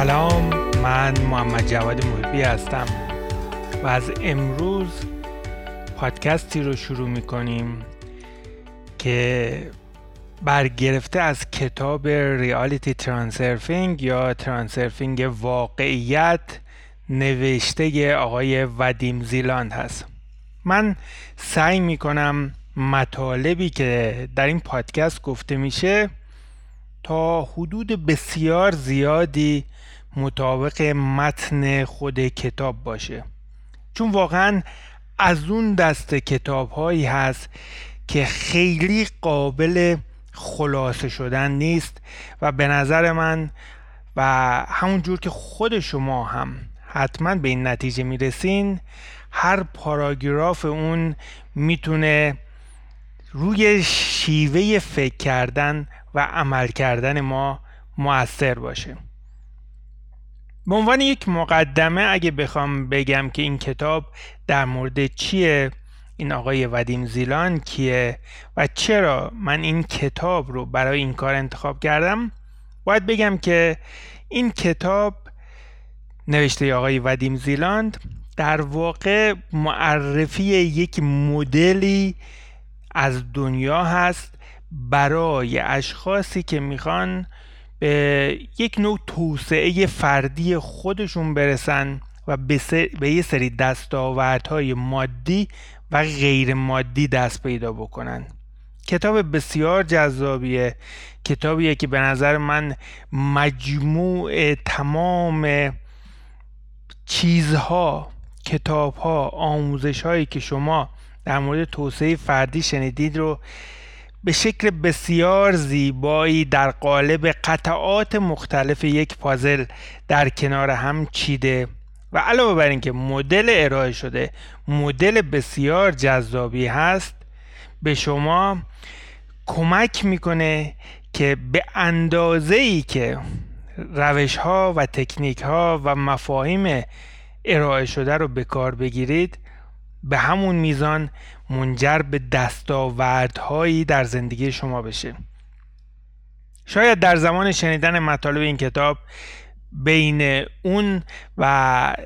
سلام، من محمد جواد محبی هستم و از امروز پادکستی رو شروع می‌کنیم که برگرفته از کتاب ریالیتی ترانسرفینگ یا ترانسرفینگ واقعیت نوشته آقای ودیم زیلاند هست. من سعی می‌کنم مطالبی که در این پادکست گفته میشه تا حدود بسیار زیادی مطابق متن خود کتاب باشه، چون واقعا از اون دست کتاب هایی هست که خیلی قابل خلاصه شدن نیست و به نظر من و همونجور که خود شما هم حتما به این نتیجه میرسین، هر پاراگراف اون میتونه روی شیوه فکر کردن و عمل کردن ما مؤثر باشه. به عنوان یک مقدمه اگه بخوام بگم که این کتاب در مورد چیه، این آقای ودیم زیلاند کیه و چرا من این کتاب رو برای این کار انتخاب کردم، باید بگم که این کتاب نوشته آقای ودیم زیلاند در واقع معرفی یک مدلی از دنیا هست برای اشخاصی که میخوان به یک نوع توسعه فردی خودشون برسن و به یه سری دستاوردهای مادی و غیر مادی دست پیدا بکنن. کتاب بسیار جذابیه، کتابیه که به نظر من مجموع تمام چیزها، کتابها، آموزشهایی که شما در مورد توسعه فردی شنیدید رو به شکل بسیار زیبایی در قالب قطعات مختلف یک پازل در کنار هم چیده و علاوه بر این که مدل ارائه شده مدل بسیار جذابی هست، به شما کمک میکنه که به اندازه‌ای که روش‌ها و تکنیک‌ها و مفاهیم ارائه شده رو به کار بگیرید، به همون میزان منجر به دستاوردهایی در زندگی شما بشه. شاید در زمان شنیدن مطالب این کتاب بین اون و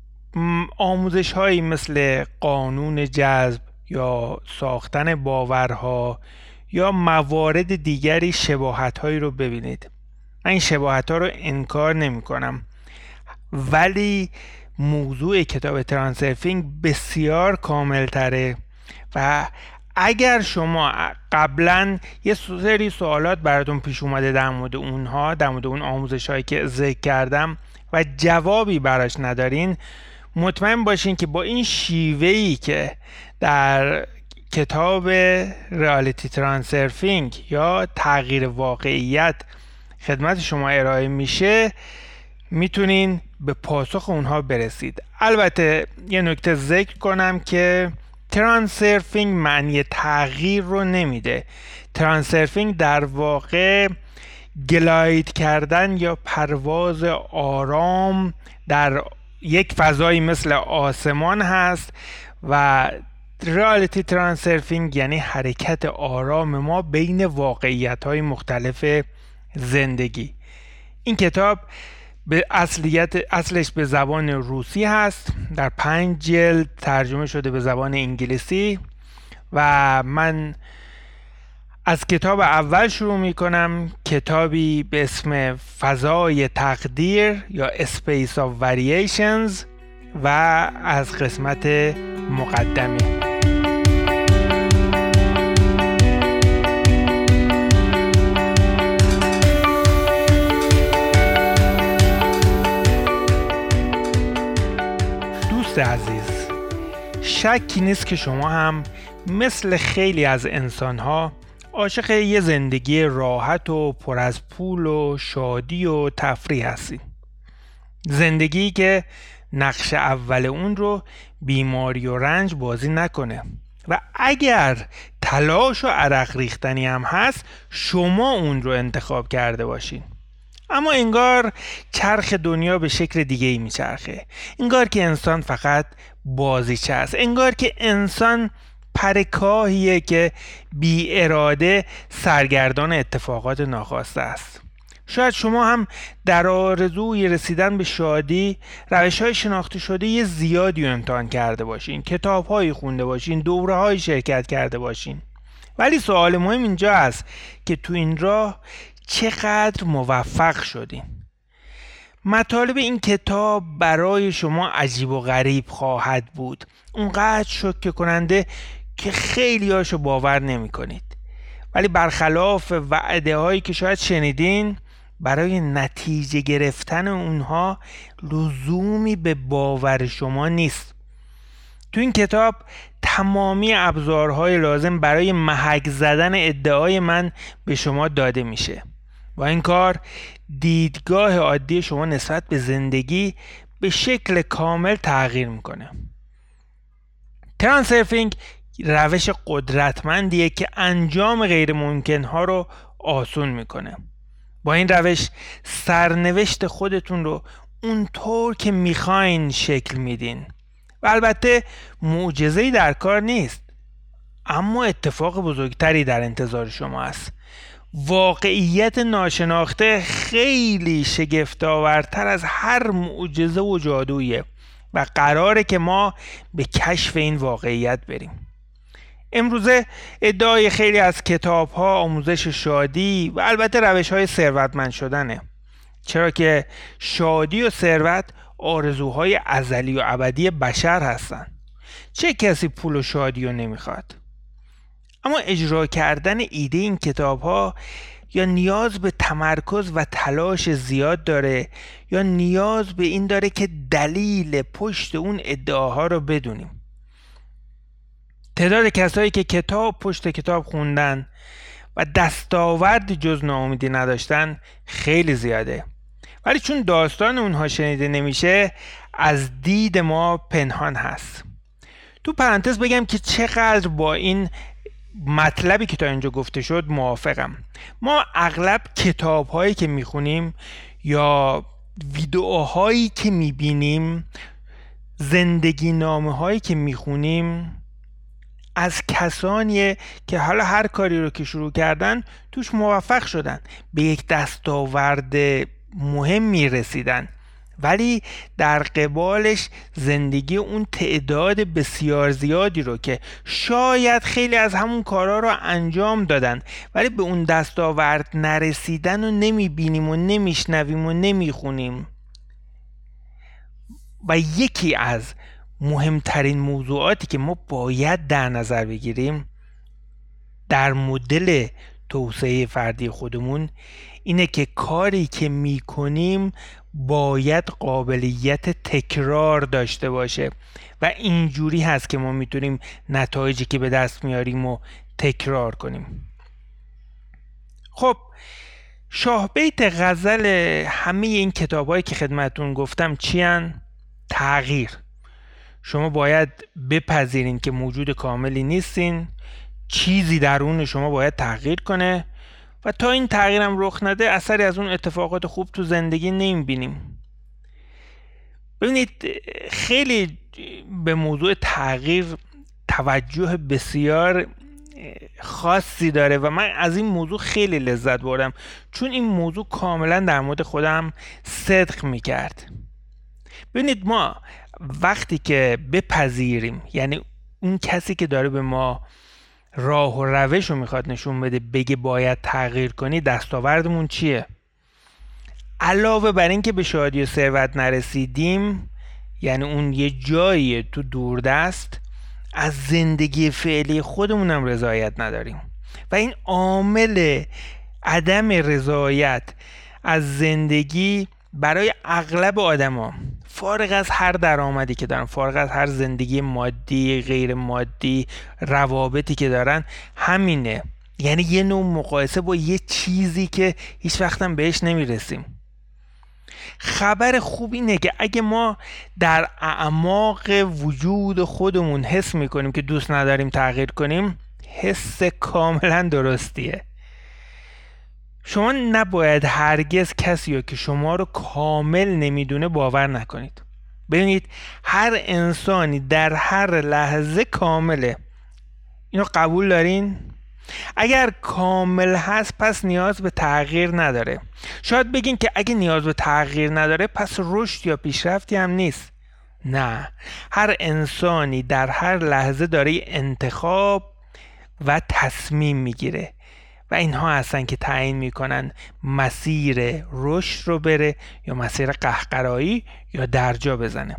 آموزش‌هایی مثل قانون جذب یا ساختن باورها یا موارد دیگری شباهت‌هایی رو ببینید. من این شباهت‌ها رو انکار نمی‌کنم، ولی موضوع کتاب ترانسرفینگ بسیار کامل‌تره و اگر شما قبلا یه سری سوالات براتون پیش اومده در مورد اونها، در مورد اون آموزش‌هایی که ذکر کردم و جوابی براش ندارین، مطمئن باشین که با این شیوهی که در کتاب ریالیتی ترانسرفینگ یا تغییر واقعیت خدمت شما ارائه میشه میتونین به پاسخ اونها برسید. البته یه نکته ذکر کنم که ترانسرفینگ معنی تغییر رو نمیده. ترانسرفینگ در واقع گلاید کردن یا پرواز آرام در یک فضایی مثل آسمان هست و ریالیتی ترانسرفینگ یعنی حرکت آرام ما بین واقعیت‌های مختلف زندگی. این کتاب به اصلش به زبان روسی هست، در 5 جلد ترجمه شده به زبان انگلیسی و من از کتاب اول شروع می کنم، کتابی به اسم فضای تقدیر یا Space of Variations و از قسمت مقدمه. عزیز، شکی نیست که شما هم مثل خیلی از انسان‌ها عاشق یه زندگی راحت و پر از پول و شادی و تفریح هستید. زندگی که نقش اول اون رو بیماری و رنج بازی نکنه و اگر تلاش و عرق ریختنی هم هست شما اون رو انتخاب کرده باشین. اما انگار چرخ دنیا به شکل دیگه ای میچرخه. انگار که انسان فقط بازیچه است. انگار که انسان پرکاهیه که بی اراده سرگردان اتفاقات ناخواسته است. شاید شما هم در آرزوی رسیدن به شادی روش‌های شناخته شده زیادی رو امتحان کرده باشین، کتاب‌هایی خونده باشین، دوره‌های شرکت کرده باشین. ولی سوال مهم اینجا است که تو این راه چقدر موفق شدین. مطالب این کتاب برای شما عجیب و غریب خواهد بود، اونقدر شوکه کننده که خیلی هاشو باور نمی کنید. ولی برخلاف وعده هایی که شاید شنیدین، برای نتیجه گرفتن اونها لزومی به باور شما نیست. تو این کتاب تمامی ابزارهای لازم برای محک زدن ادعای من به شما داده میشه. با این کار دیدگاه عادی شما نسبت به زندگی به شکل کامل تغییر میکنه. ترانسرفینگ روش قدرتمندیه که انجام غیر ممکنها رو آسون میکنه. با این روش سرنوشت خودتون رو اونطور که میخواین شکل میدین و البته معجزه‌ای در کار نیست، اما اتفاق بزرگتری در انتظار شما است. واقعیت ناشناخته خیلی شگفت‌آورتر از هر معجزه و جادویه و قراره که ما به کشف این واقعیت بریم. امروزه ادعای خیلی از کتاب‌ها آموزش شادی و البته روش‌های ثروتمند شدنه، چرا که شادی و ثروت آرزوهای ازلی و ابدی بشر هستن. چه کسی پول و شادی رو نمیخواد؟ اما اجرا کردن ایده این کتاب‌ها یا نیاز به تمرکز و تلاش زیاد داره یا نیاز به این داره که دلیل پشت اون ادعاها رو بدونیم. تعداد کسایی که کتاب پشت کتاب خوندن و دستاوردی جز ناامیدی نداشتن خیلی زیاده، ولی چون داستان اونها شنیده نمیشه از دید ما پنهان هست. تو پرانتز بگم که چقدر با این مطلبی که تا اینجا گفته شد موافقم. ما اغلب کتاب‌هایی که میخونیم یا ویدئوهایی که میبینیم، زندگی نامه‌هایی که میخونیم از کسانیه که حالا هر کاری رو که شروع کردن توش موفق شدن، به یک دستاورد مهمی رسیدن، ولی در قبالش زندگی اون تعداد بسیار زیادی رو که شاید خیلی از همون کارا رو انجام دادن ولی به اون دستاورد نرسیدن و نمیبینیم و نمیشنویم و نمیخونیم. و یکی از مهمترین موضوعاتی که ما باید در نظر بگیریم در مدل توسعه فردی خودمون اینه که کاری که میکنیم باید قابلیت تکرار داشته باشه و اینجوری هست که ما میتونیم نتایجی که به دست میاریم و تکرار کنیم. خب شاهبیت غزل همه این کتابایی که خدمتون گفتم چی هن؟ تغییر. شما باید بپذیرین که موجود کاملی نیستین، چیزی درون شما باید تغییر کنه و تا این تغییرم رخ نده اثری از اون اتفاقات خوب تو زندگی نمیبینیم. ببینید خیلی به موضوع تغییر توجه بسیار خاصی داره و من از این موضوع خیلی لذت بردم، چون این موضوع کاملا در مورد خودم صدق میکرد. ببینید ما وقتی که بپذیریم، یعنی اون کسی که داره به ما راه و روش رو میخواد نشون بده بگه باید تغییر کنی، دستاوردمون چیه؟ علاوه بر این که به شادی و ثروت نرسیدیم، یعنی اون یه جایی تو دوردست، از زندگی فعلی خودمونم رضایت نداریم و این عامل عدم رضایت از زندگی برای اغلب آدما فارغ از هر درآمدی که دارن، فارغ از هر زندگی مادی غیر مادی روابطی که دارن همینه، یعنی یه نوع مقایسه با یه چیزی که هیچ وقتم بهش نمیرسیم. خبر خوب اینه که اگه ما در اعماق وجود خودمون حس میکنیم که دوست نداریم تغییر کنیم، حس کاملا درستیه. شما نباید هرگز کسی رو که شما رو کامل نمیدونه باور نکنید. ببینید هر انسانی در هر لحظه کامله. اینو قبول دارین؟ اگر کامل هست پس نیاز به تغییر نداره. شاید بگین که اگه نیاز به تغییر نداره پس رشد یا پیشرفتی هم نیست. نه، هر انسانی در هر لحظه داره انتخاب و تصمیم میگیره و اینها هستن که تعیین میکنن مسیر رشد رو بره یا مسیر قهقرایی یا درجا بزنه.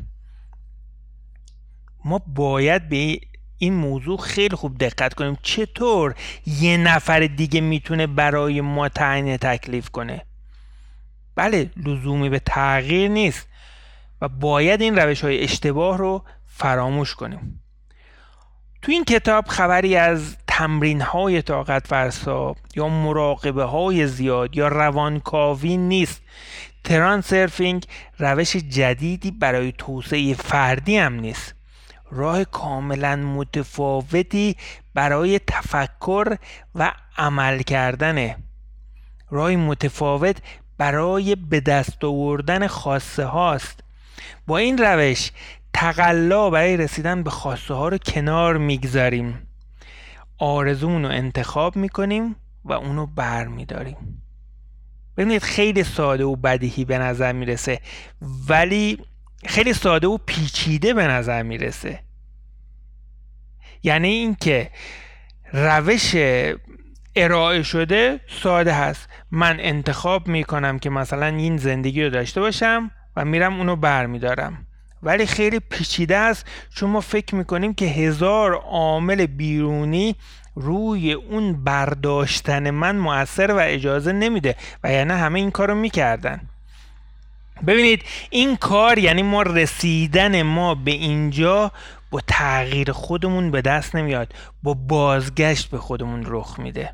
ما باید به این موضوع خیلی خوب دقت کنیم. چطور یه نفر دیگه میتونه برای ما تعیین تکلیف کنه؟ بله، لزومی به تغییر نیست و باید این روش‌های اشتباه رو فراموش کنیم. تو این کتاب خبری از تمرین‌های طاقت فرسا یا مراقبه‌های زیاد یا روانکاوی نیست. ترانسرفینگ روش جدیدی برای توسعه فردی هم نیست. راه کاملا متفاوتی برای تفکر و عمل کردنه. راه متفاوت برای به دست آوردن خواسته هاست. با این روش تقلا برای رسیدن به خواسته ها رو کنار میگذاریم. آرزومون رو انتخاب میکنیم و اونو بر میداریم. ببینید خیلی ساده و بدیهی به نظر میرسه، ولی خیلی ساده و پیچیده به نظر میرسه. یعنی این که روش ارائه شده ساده هست. من انتخاب میکنم که مثلا این زندگی رو داشته باشم و میرم اونو بر میدارم. ولی خیلی پیچیده است، چون ما فکر میکنیم که 1000 عامل بیرونی روی اون برداشتن من مؤثر و اجازه نمیده و یعنی همه این کارو میکردن. ببینید این کار یعنی ما رسیدن ما به اینجا با تغییر خودمون به دست نمیاد، با بازگشت به خودمون رخ میده.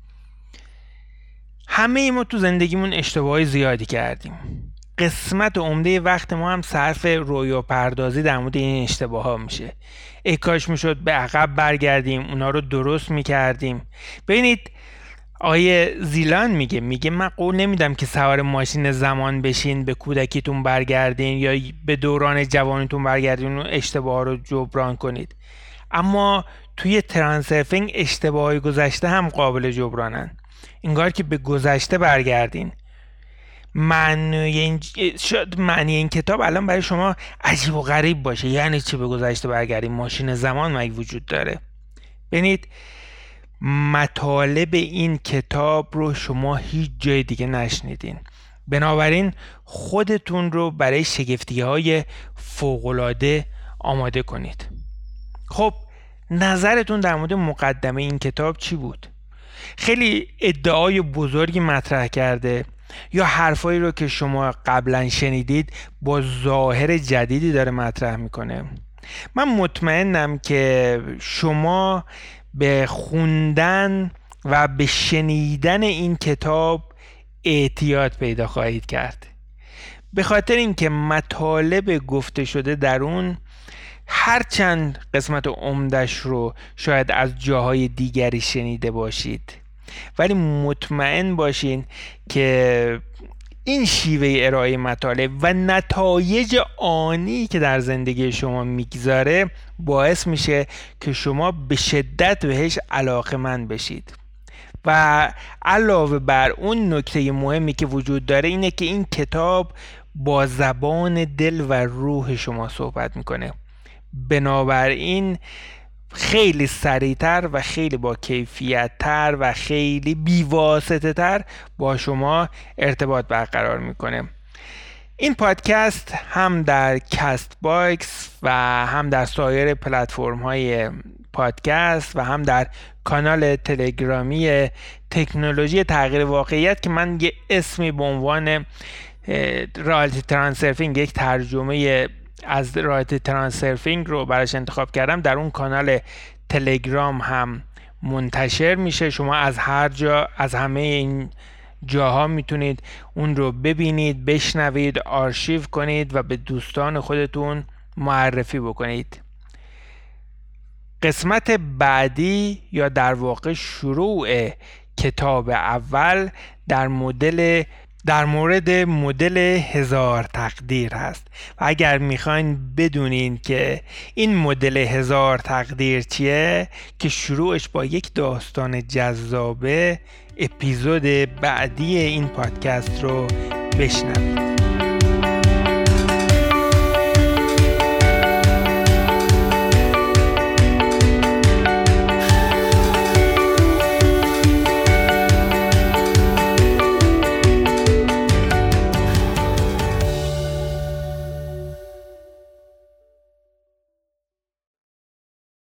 همه ما تو زندگیمون اشتباهی زیادی کردیم. قسمت عمده وقت ما هم صرف رویا پردازی در مورد این اشتباه ها میشه. ای کاش میشد به عقب برگردیم، اونا رو درست میکردیم. ببینید آیه زیلان میگه من قول نمیدم که سوار ماشین زمان بشین به کودکیتون برگردین یا به دوران جوانیتون برگردین و اشتباه رو جبران کنید. اما توی ترانسرفینگ اشتباهی گذشته هم قابل جبرانن. انگار که به گذشته برگردین. معنی این کتاب الان برای شما عجیب و غریب باشه. یعنی چی به گذشته برگردیم؟ ماشین زمان مگه وجود داره؟ ببینید مطالب این کتاب رو شما هیچ جای دیگه نشنیدین. بنابراین خودتون رو برای شگفتی‌های فوق‌العاده آماده کنید. خب نظرتون در مورد مقدمه این کتاب چی بود؟ خیلی ادعای بزرگی مطرح کرده یا حرفایی رو که شما قبلا شنیدید با ظاهر جدیدی داره مطرح میکنه؟ من مطمئنم که شما به خوندن و به شنیدن این کتاب اعتیاد پیدا خواهید کرد، به خاطر اینکه مطالب گفته شده در اون هرچند قسمت عمدش رو شاید از جاهای دیگری شنیده باشید، ولی مطمئن باشین که این شیوه ارائه مطالب و نتایج آنی که در زندگی شما میگذاره باعث میشه که شما به شدت بهش علاقه‌مند بشید. و علاوه بر اون نکته مهمی که وجود داره اینه که این کتاب با زبان دل و روح شما صحبت میکنه. بنابراین خیلی سریعتر و خیلی با کیفیت‌تر و خیلی بی‌واسطه‌تر با شما ارتباط برقرار میکنه. این پادکست هم در کست باکس و هم در سایر پلتفرم‌های پادکست و هم در کانال تلگرامی تکنولوژی تغییر واقعیت که من یه اسمی به عنوان رئالیتی ترانسرفینگ، یک ترجمه از رئالیتی ترانسرفینگ رو براش انتخاب کردم، در اون کانال تلگرام هم منتشر میشه. شما از هر جا، از همه این جاها میتونید اون رو ببینید، بشنوید، آرشیو کنید و به دوستان خودتون معرفی بکنید. قسمت بعدی یا در واقع شروع کتاب اول در مدل در مورد مدل 1000 تقدیر هست و اگر میخواین بدونین که این مدل 1000 تقدیر چیه که شروعش با یک داستان جذابه، اپیزود بعدی این پادکست رو بشنوید.